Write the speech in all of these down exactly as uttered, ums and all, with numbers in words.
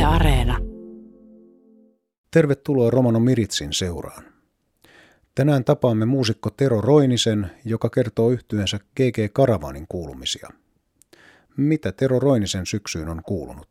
Areena. Tervetuloa Romano Miritsin seuraan. Tänään tapaamme muusikko Tero Roinisen, joka kertoo yhtyeensä G G Caravanin kuulumisia. Mitä Tero Roinisen syksyyn on kuulunut?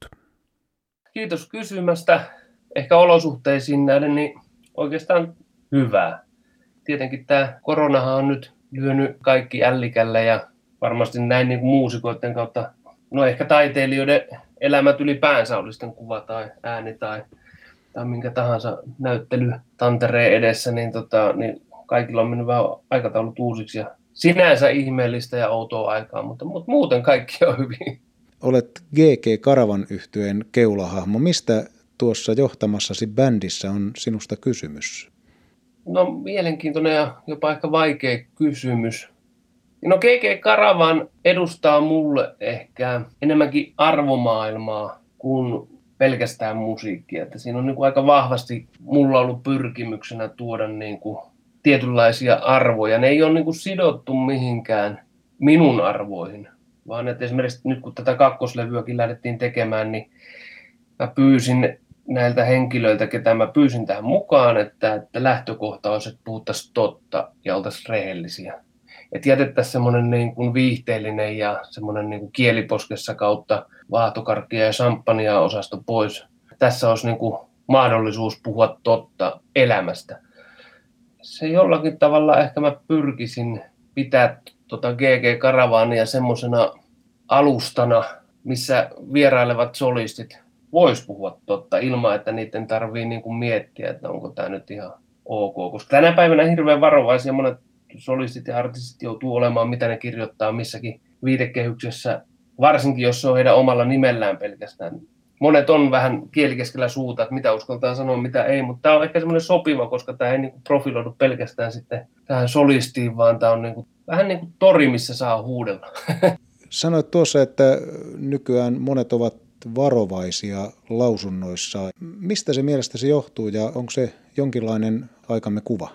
Kiitos kysymästä. Ehkä olosuhteisiin nähden niin oikeastaan hyvää. Tietenkin tämä koronahan on nyt lyönyt kaikki ällikällä ja varmasti näin niin kuin muusikoiden kautta, no ehkä taiteilijoiden elämät ylipäänsä oli sitten kuva tai ääni tai, tai minkä tahansa näyttely tantereen edessä, niin, tota, niin kaikilla on mennyt vähän aikataulut uusiksi ja sinänsä ihmeellistä ja outoa aikaa, mutta, mutta muuten kaikki on hyvin. Olet G G Caravan yhtyeen keulahahmo. Mistä tuossa johtamassasi bändissä on sinusta kysymys? No mielenkiintoinen ja jopa ehkä vaikea kysymys. No G G Caravan edustaa mulle ehkä enemmänkin arvomaailmaa kuin pelkästään musiikkia. Että siinä on niin kuin aika vahvasti mulla ollut pyrkimyksenä tuoda niin kuin tietynlaisia arvoja. Ne ei ole niin kuin sidottu mihinkään minun arvoihin, vaan että esimerkiksi nyt kun tätä kakkoslevyäkin lähdettiin tekemään, niin mä pyysin näiltä henkilöiltä, ketä mä pyysin tähän mukaan, että, että lähtökohta olisi, että puhuttaisiin totta ja oltaisiin rehellisiä. Että jätettäisiin semmoinen niin kuin viihteellinen ja semmoinen niin kuin kieliposkessa kautta vaahtokarkkia ja champagnea osasto pois. Tässä olisi niin kuin mahdollisuus puhua totta elämästä. Se jollakin tavalla ehkä mä pyrkisin pitää tota G G Caravania semmoisena alustana, missä vierailevat solistit vois puhua totta ilman, että niiden tarvii niin kuin miettiä, että onko tämä nyt ihan ok. Koska tänä päivänä hirveän varovaisia monet solistit ja artistit joutuu olemaan, mitä ne kirjoittaa missäkin viitekehyksessä, varsinkin jos se on heidän omalla nimellään pelkästään. Monet on vähän kielikeskellä suuta, että mitä uskaltaa sanoa, mitä ei, mutta tämä on ehkä semmoinen sopiva, koska tämä ei niin kuin profiloidu pelkästään sitten tähän solistiin, vaan tämä on niin kuin, vähän niin kuin tori, missä saa huudella. Sanoit tuossa, että nykyään monet ovat varovaisia lausunnoissa. Mistä se mielestäsi johtuu ja onko se jonkinlainen aikamme kuva?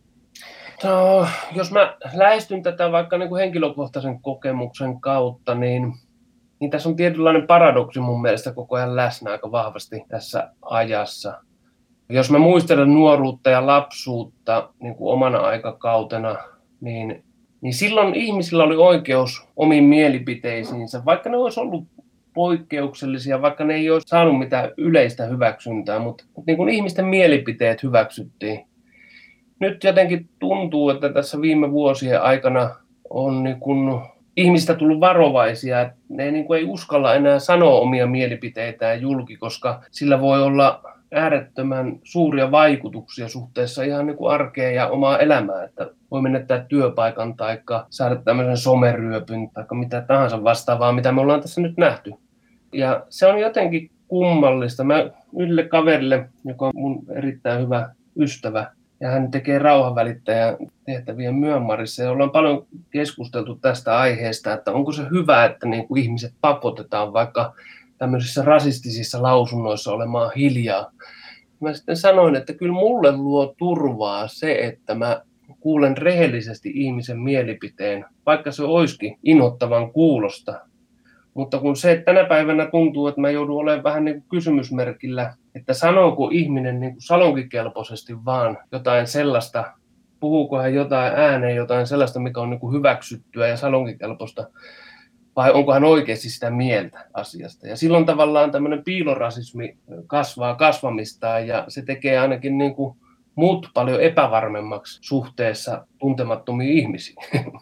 No, jos mä lähestyn tätä vaikka niin kuin henkilökohtaisen kokemuksen kautta, niin, niin tässä on tietynlainen paradoksi mun mielestä koko ajan läsnä aika vahvasti tässä ajassa. Jos mä muistelen nuoruutta ja lapsuutta niin kuin omana aikakautena, niin, niin silloin ihmisillä oli oikeus omiin mielipiteisiinsä, vaikka ne olisi ollut poikkeuksellisia, vaikka ne ei olisi saanut mitään yleistä hyväksyntää, mutta, mutta niin kuin ihmisten mielipiteet hyväksyttiin. Nyt jotenkin tuntuu, että tässä viime vuosien aikana on niin kuin ihmistä tullut varovaisia, että ne ei, niin kuin ei uskalla enää sanoa omia mielipiteitään julki, koska sillä voi olla äärettömän suuria vaikutuksia suhteessa ihan niin kuin arkeen ja omaa elämää, että voi menettää työpaikan tai saada tämmöisen someryöpyn tai mitä tahansa vastaavaa, mitä me ollaan tässä nyt nähty. Ja se on jotenkin kummallista. Mä yhdelle kaverille, joka on mun erittäin hyvä ystävä, ja hän tekee rauhanvälittäjän tehtäviä Myanmarissa, ja ollaan paljon keskusteltu tästä aiheesta, että onko se hyvä, että niin kuin ihmiset pakotetaan vaikka tämmöisissä rasistisissa lausunnoissa olemaan hiljaa. Mä sitten sanoin, että kyllä mulle luo turvaa se, että mä kuulen rehellisesti ihmisen mielipiteen, vaikka se olisikin inhottavan kuulosta. Mutta kun se, että tänä päivänä tuntuu, että mä joudun olemaan vähän niin kuin kysymysmerkillä, että sanooko ihminen niin kuin salonkikelpoisesti vaan jotain sellaista, puhuuko hän jotain ääneen, jotain sellaista, mikä on niin kuin hyväksyttyä ja salonkikelpoista, vai onko hän oikeasti sitä mieltä asiasta. Ja silloin tavallaan tämmöinen piilorasismi kasvaa kasvamistaan ja se tekee ainakin niin kuin muut paljon epävarmemmaksi suhteessa tuntemattomiin ihmisiin.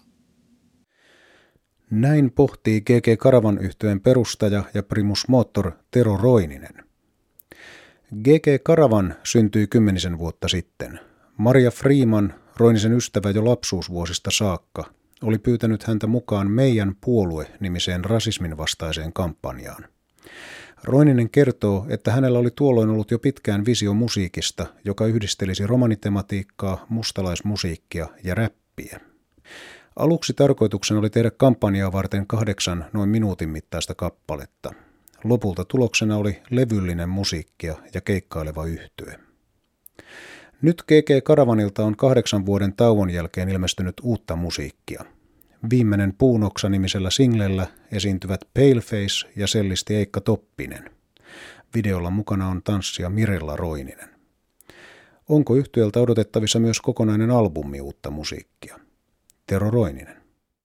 Näin pohtii G G Caravan yhtyeen perustaja ja primus motor Tero Roininen. G G Caravan syntyi kymmenisen vuotta sitten. Maria Freeman, Roinisen ystävä jo lapsuusvuosista saakka, oli pyytänyt häntä mukaan Meidän puolue-nimiseen rasismin vastaiseen kampanjaan. Roininen kertoo, että hänellä oli tuolloin ollut jo pitkään visio musiikista, joka yhdistelisi romanitematiikkaa, mustalaismusiikkia ja räppiä. Aluksi tarkoituksena oli tehdä kampanjaa varten kahdeksan noin minuutin mittaista kappaletta. Lopulta tuloksena oli levyllinen musiikkia ja keikkaileva yhtye. Nyt G G Caravanilta on kahdeksan vuoden tauon jälkeen ilmestynyt uutta musiikkia. Viimeinen Puunoksa-nimisellä singlellä esiintyvät Paleface ja sellisti Eikka Toppinen. Videolla mukana on tanssija Mirella Roininen. Onko yhtyöltä odotettavissa myös kokonainen albumi uutta musiikkia? Tero Roininen.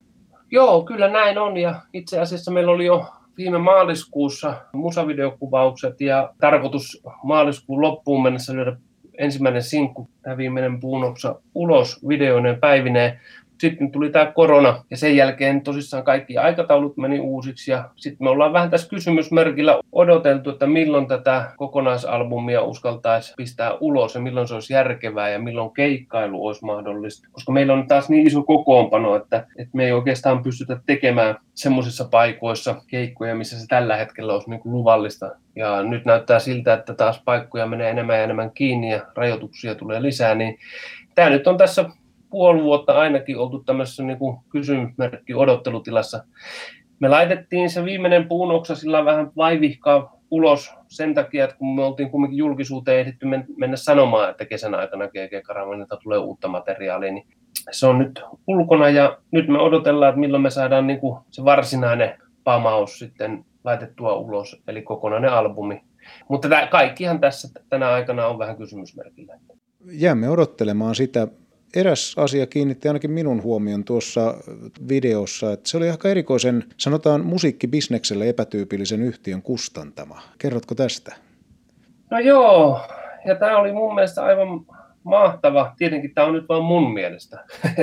Joo, kyllä näin on, ja itse asiassa meillä oli jo viime maaliskuussa musavideokuvaukset ja tarkoitus maaliskuun loppuun mennessä lyödä ensimmäinen sinkku, tämä viimeinen Puunoksa, ulos videoineen päivineen. Sitten tuli tämä korona ja sen jälkeen tosissaan kaikki aikataulut meni uusiksi ja sitten me ollaan vähän tässä kysymysmerkillä odoteltu, että milloin tätä kokonaisalbumia uskaltaisi pistää ulos ja milloin se olisi järkevää ja milloin keikkailu olisi mahdollista. Koska meillä on taas niin iso kokoonpano, että, että me ei oikeastaan pystytä tekemään semmoisissa paikoissa keikkoja, missä se tällä hetkellä olisi niin kuin luvallista. Ja nyt näyttää siltä, että taas paikkoja menee enemmän ja enemmän kiinni ja rajoituksia tulee lisää, niin tämä nyt on tässä puoli vuotta ainakin oltu tämmöisessä niin kuin kysymysmerkki odottelutilassa. Me laitettiin se viimeinen Puunoksa sillä vähän vaivihkaa ulos sen takia, että kun me oltiin kumminkin julkisuuteen ehditty mennä sanomaan, että kesän aikana G G Caravanilta tulee uutta materiaalia, niin se on nyt ulkona ja nyt me odotellaan, että milloin me saadaan niin kuin se varsinainen pamaus sitten laitettua ulos, eli kokonainen albumi. Mutta tämä, kaikkihan tässä tänä aikana on vähän kysymysmerkillä. Jäämme odottelemaan sitä. Eräs asia kiinnitti ainakin minun huomion tuossa videossa, että se oli aika erikoisen, sanotaan musiikkibisnekselle epätyypillisen yhtiön kustantama. Kerrotko tästä? No joo, ja tämä oli mun mielestä aivan mahtava. Tietenkin tämä on nyt vain mun mielestä.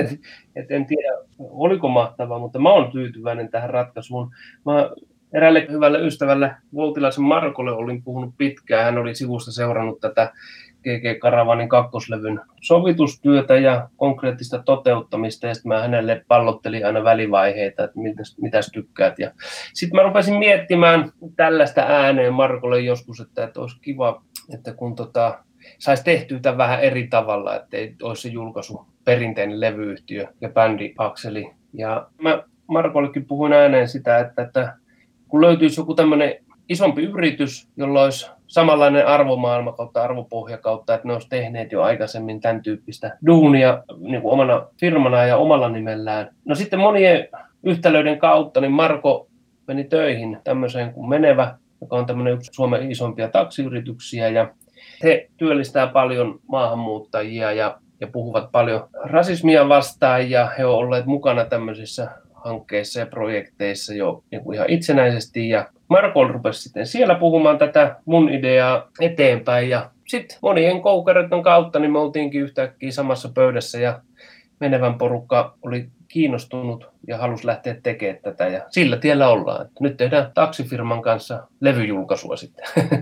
Et en tiedä, oliko mahtava, mutta mä oon tyytyväinen tähän ratkaisuun. Mä eräälle hyvälle ystävälle, Voutilaisen Markolle, olin puhunut pitkään. Hän oli sivusta seurannut tätä G G Caravanin kakkoslevyn sovitustyötä ja konkreettista toteuttamista, ja sitten mä hänelle pallottelin aina välivaiheita, että mitäs, mitäs tykkäät. Ja sitten mä rupesin miettimään tällaista ääneen Markolle joskus, että, että olisi kiva, että kun tota, saisi tehtyä tämän vähän eri tavalla, että ei olisi se julkaisu perinteinen levyyhtiö ja bändiakseli. Ja mä Markollekin puhuin ääneen sitä, että, että kun löytyisi joku tämmöinen isompi yritys, jolla olisi samanlainen arvomaailma kautta arvopohja kautta, että ne olisi tehneet jo aikaisemmin tämän tyyppistä duunia niin kuin omana firmana ja omalla nimellään. No sitten monien yhtälöiden kautta niin Marko meni töihin tämmöiseen kuin Menevä, joka on tämmöinen yksi Suomen isompia taksiyrityksiä, ja he työllistää paljon maahanmuuttajia ja, ja puhuvat paljon rasismia vastaan, ja he ovat olleet mukana tämmöisissä hankkeissa ja projekteissa jo niin kuin ihan itsenäisesti, ja Marko rupesi sitten siellä puhumaan tätä mun ideaa eteenpäin, ja sitten monien koukereiden kautta niin me oltiinkin yhtäkkiä samassa pöydässä, ja Menevän porukka oli kiinnostunut ja halusi lähteä tekemään tätä, ja sillä tiellä ollaan. Että nyt tehdään taksifirman kanssa levyjulkaisua sitten.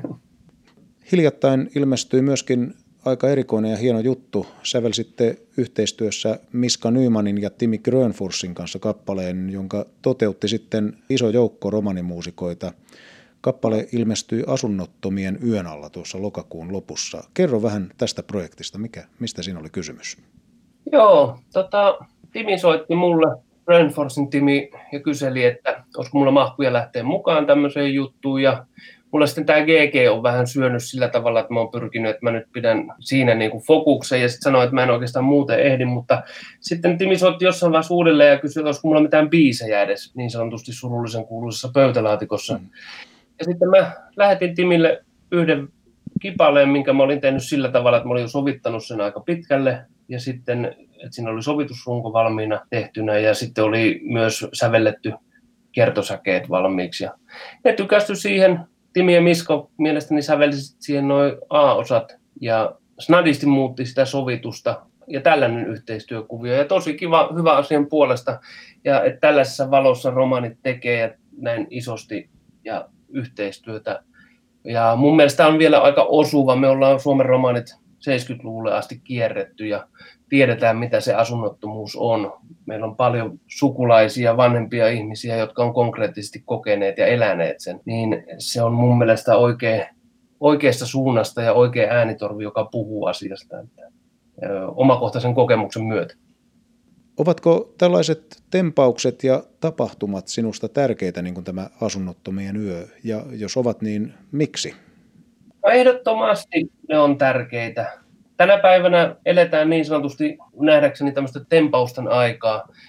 Hiljattain ilmestyi myöskin aika erikoinen ja hieno juttu. Sävelsitte yhteistyössä Miska Nymanin ja Timi Grönforsin kanssa kappaleen, jonka toteutti sitten iso joukko romanimuusikoita. Kappale ilmestyi Asunnottomien yön alla tuossa lokakuun lopussa. Kerro vähän tästä projektista, mikä, mistä siinä oli kysymys? Joo, tota, Timi soitti mulle, Grönforsin Timi, ja kyseli, että olisiko mulla mahkuja lähteä mukaan tämmöiseen juttuun, ja mulla sitten tämä G G on vähän syönyt sillä tavalla, että mä oon pyrkinyt, että mä nyt pidän siinä niin kuin fokuksen, ja sitten sanoin, että mä en oikeastaan muuten ehdi, mutta sitten Timi soitti jossain vaiheessa uudelleen ja kysyi, olisiko mulla mitään biisejä edes niin sanotusti surullisen kuuluisessa pöytälaatikossa. Mm. Ja sitten mä lähetin Timille yhden kipaleen, minkä mä olin tehnyt sillä tavalla, että mä olin jo sovittanut sen aika pitkälle, ja sitten, että siinä oli sovitusrunko valmiina tehtynä, ja sitten oli myös sävelletty kertosäkeet valmiiksi, ja ne tykästyi siihen. Timi ja Misko mielestäni sävelsi siihen noin A-osat ja snadisti muutti sitä sovitusta ja tällainen yhteistyökuvio. Ja tosi kiva, hyvä asian puolesta. Ja että tällaisessa valossa romanit tekee näin isosti ja yhteistyötä. Ja mun mielestä on vielä aika osuva. Me ollaan Suomen romanit seitsemänkymmentäluvulle asti kierretty ja tiedetään, mitä se asunnottomuus on. Meillä on paljon sukulaisia, vanhempia ihmisiä, jotka on konkreettisesti kokeneet ja eläneet sen. Niin se on mun mielestä oikea, oikeasta suunnasta ja oikea äänitorvi, joka puhuu asiasta että, omakohtaisen kokemuksen myötä. Ovatko tällaiset tempaukset ja tapahtumat sinusta tärkeitä, niin kuin tämä Asunnottomien yö? Ja jos ovat, niin miksi? No ehdottomasti ne on tärkeitä. Tänä päivänä eletään niin sanotusti nähdäkseni tämmöistä tempausten aikaa.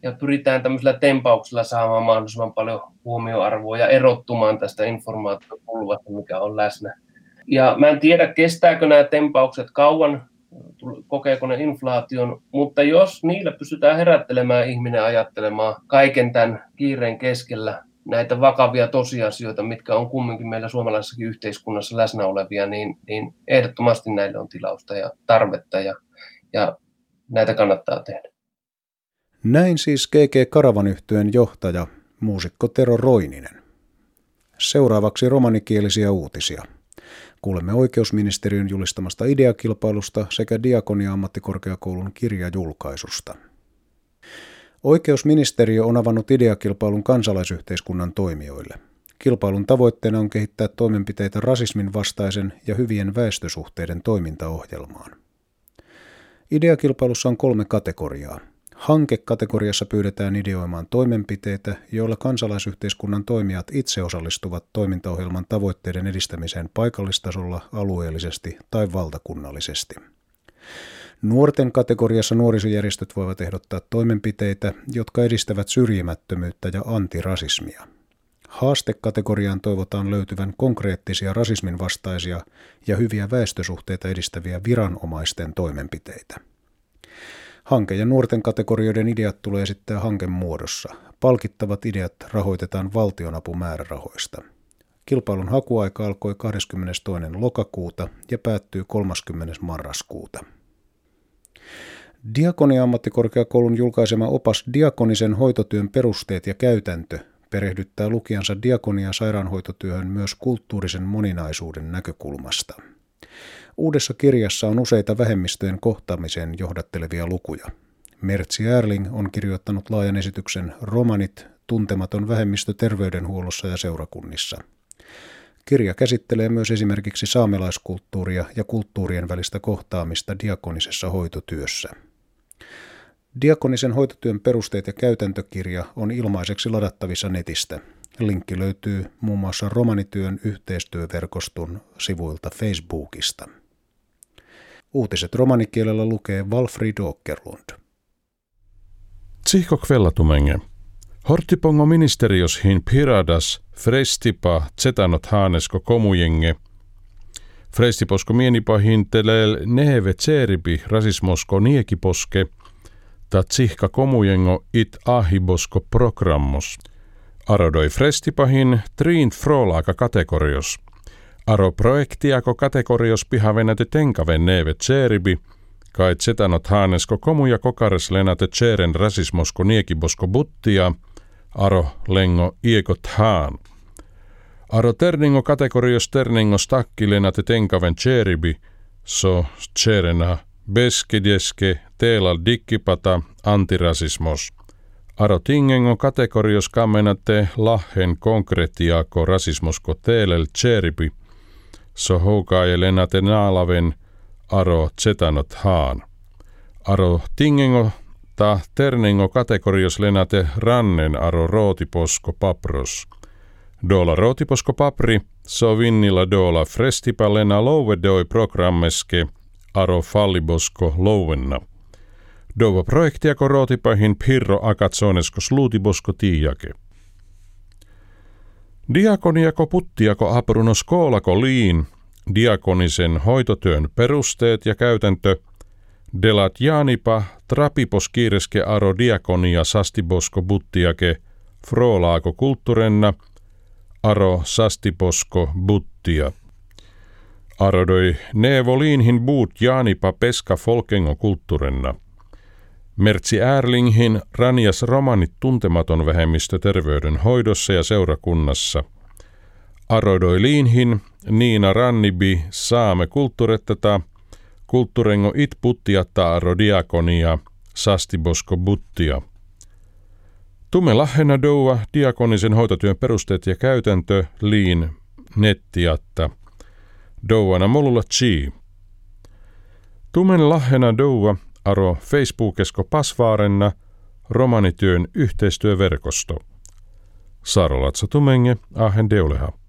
ja pyritään tämmöisillä tempauksilla saamaan mahdollisimman paljon huomioarvoa ja erottumaan tästä informaatiopulvasta, mikä on läsnä. Ja mä en tiedä, kestääkö nämä tempaukset kauan, kokeeko ne inflaation, mutta jos niillä pystytään herättelemään ihminen ajattelemaan kaiken tämän kiireen keskellä näitä vakavia tosiasioita, mitkä on kumminkin meillä suomalaisessakin yhteiskunnassa läsnä olevia, niin, niin ehdottomasti näille on tilausta ja tarvetta ja, ja näitä kannattaa tehdä. Näin siis G G Karavan yhtyeen johtaja, muusikko Tero Roininen. Seuraavaksi romanikielisiä uutisia. Kuulemme oikeusministeriön julistamasta ideakilpailusta sekä Diakonia-ammattikorkeakoulun kirjajulkaisusta. Oikeusministeriö on avannut ideakilpailun kansalaisyhteiskunnan toimijoille. Kilpailun tavoitteena on kehittää toimenpiteitä rasismin vastaisen ja hyvien väestösuhteiden toimintaohjelmaan. Ideakilpailussa on kolme kategoriaa. Hankekategoriassa pyydetään ideoimaan toimenpiteitä, joilla kansalaisyhteiskunnan toimijat itse osallistuvat toimintaohjelman tavoitteiden edistämiseen paikallistasolla, alueellisesti tai valtakunnallisesti. Nuorten kategoriassa nuorisojärjestöt voivat ehdottaa toimenpiteitä, jotka edistävät syrjimättömyyttä ja antirasismia. Haastekategoriaan toivotaan löytyvän konkreettisia rasismin vastaisia ja hyviä väestösuhteita edistäviä viranomaisten toimenpiteitä. Hanke- ja nuorten kategorioiden ideat tulee esittää hankemuodossa. Palkittavat ideat rahoitetaan valtionapumäärärahoista. Kilpailun hakuaika alkoi kahdeskymmenestoinen lokakuuta ja päättyy kolmaskymmenes marraskuuta. Diakonia-ammattikorkeakoulun julkaisema opas Diakonisen hoitotyön perusteet ja käytäntö perehdyttää lukijansa diakonia-sairaanhoitotyöhön myös kulttuurisen moninaisuuden näkökulmasta. Uudessa kirjassa on useita vähemmistöjen kohtaamiseen johdattelevia lukuja. Mertsi Erling on kirjoittanut laajan esityksen Romanit, tuntematon vähemmistö terveydenhuollossa ja seurakunnissa. Kirja käsittelee myös esimerkiksi saamelaiskulttuuria ja kulttuurien välistä kohtaamista diakonisessa hoitotyössä. Diakonisen hoitotyön perusteet ja käytäntökirja on ilmaiseksi ladattavissa netistä. Linkki löytyy muun muassa Romanityön yhteistyöverkoston sivuilta Facebookista. Uutiset romanikielellä lukee Walfrid Åkerlund. Tsihko kvellatumenge. Hortipongo ministerioshin piradas frestipa zetanot haanesko komujenge. Frestiposko mienipahin telel neheve tseripi rasismosko niekiposke. Ta tsihka komujengo it ahibosko programmos. Arodoi frestipahin triint frolaaka kategorios. Aro projektiako kategorios pihavenäte tenkaven neve tseribi. Kai zetanot haanesko komuja kokares lenate tseren rasismosko niekibosko buttia. Aro lengo iekot haan. Aro terningo kategorios terningo stakki lenate tenkaven tseribi. So tserena beskedjeske teelal dikkipata antirasismos. Aro tingengo kategorios kamenate lahen konkretiako rasismosko teelel tseribi. So houkaje lenate naalaven aro zetanot haan. Aro tingengo ta terningo kategorios lenate rannen aro rootiposko papros. Dola rootiposko papri, so vinnilla dola frestipa lena louvedoi programmeske aro fallibosko louvenna. Dova projektiako rootipahin pirro akatsonesko sluutibosko tiiake. Diakoniako puttiako aprunos koolako liin, diakonisen hoitotyön perusteet ja käytäntö, delat jaanipa trapipos kiireske aro diakonia sastibosko buttiake, frolaako kultturenna, aro sastibosko buttia. Arodoi neevoliinhin buut jaanipa peska folkengo kultturenna. Mertsi Erlinghin ranjas romanit tuntematon vähemmistö terveydenhoidossa ja seurakunnassa. Arodoi liinhin Niina Rannibi saame kulttuurettata, kulttuurengo it puttiatta aro diakonia, sastibosko buttia. Tumme lahena doua diakonisen hoitotyön perusteet ja käytäntö liin nettiatta. Douana molulla chi. Tumen lahena doua aro Facebookesko pasvaarenna romanityön yhteistyöverkosto. Sarolatsa tumenge ahen deuleha.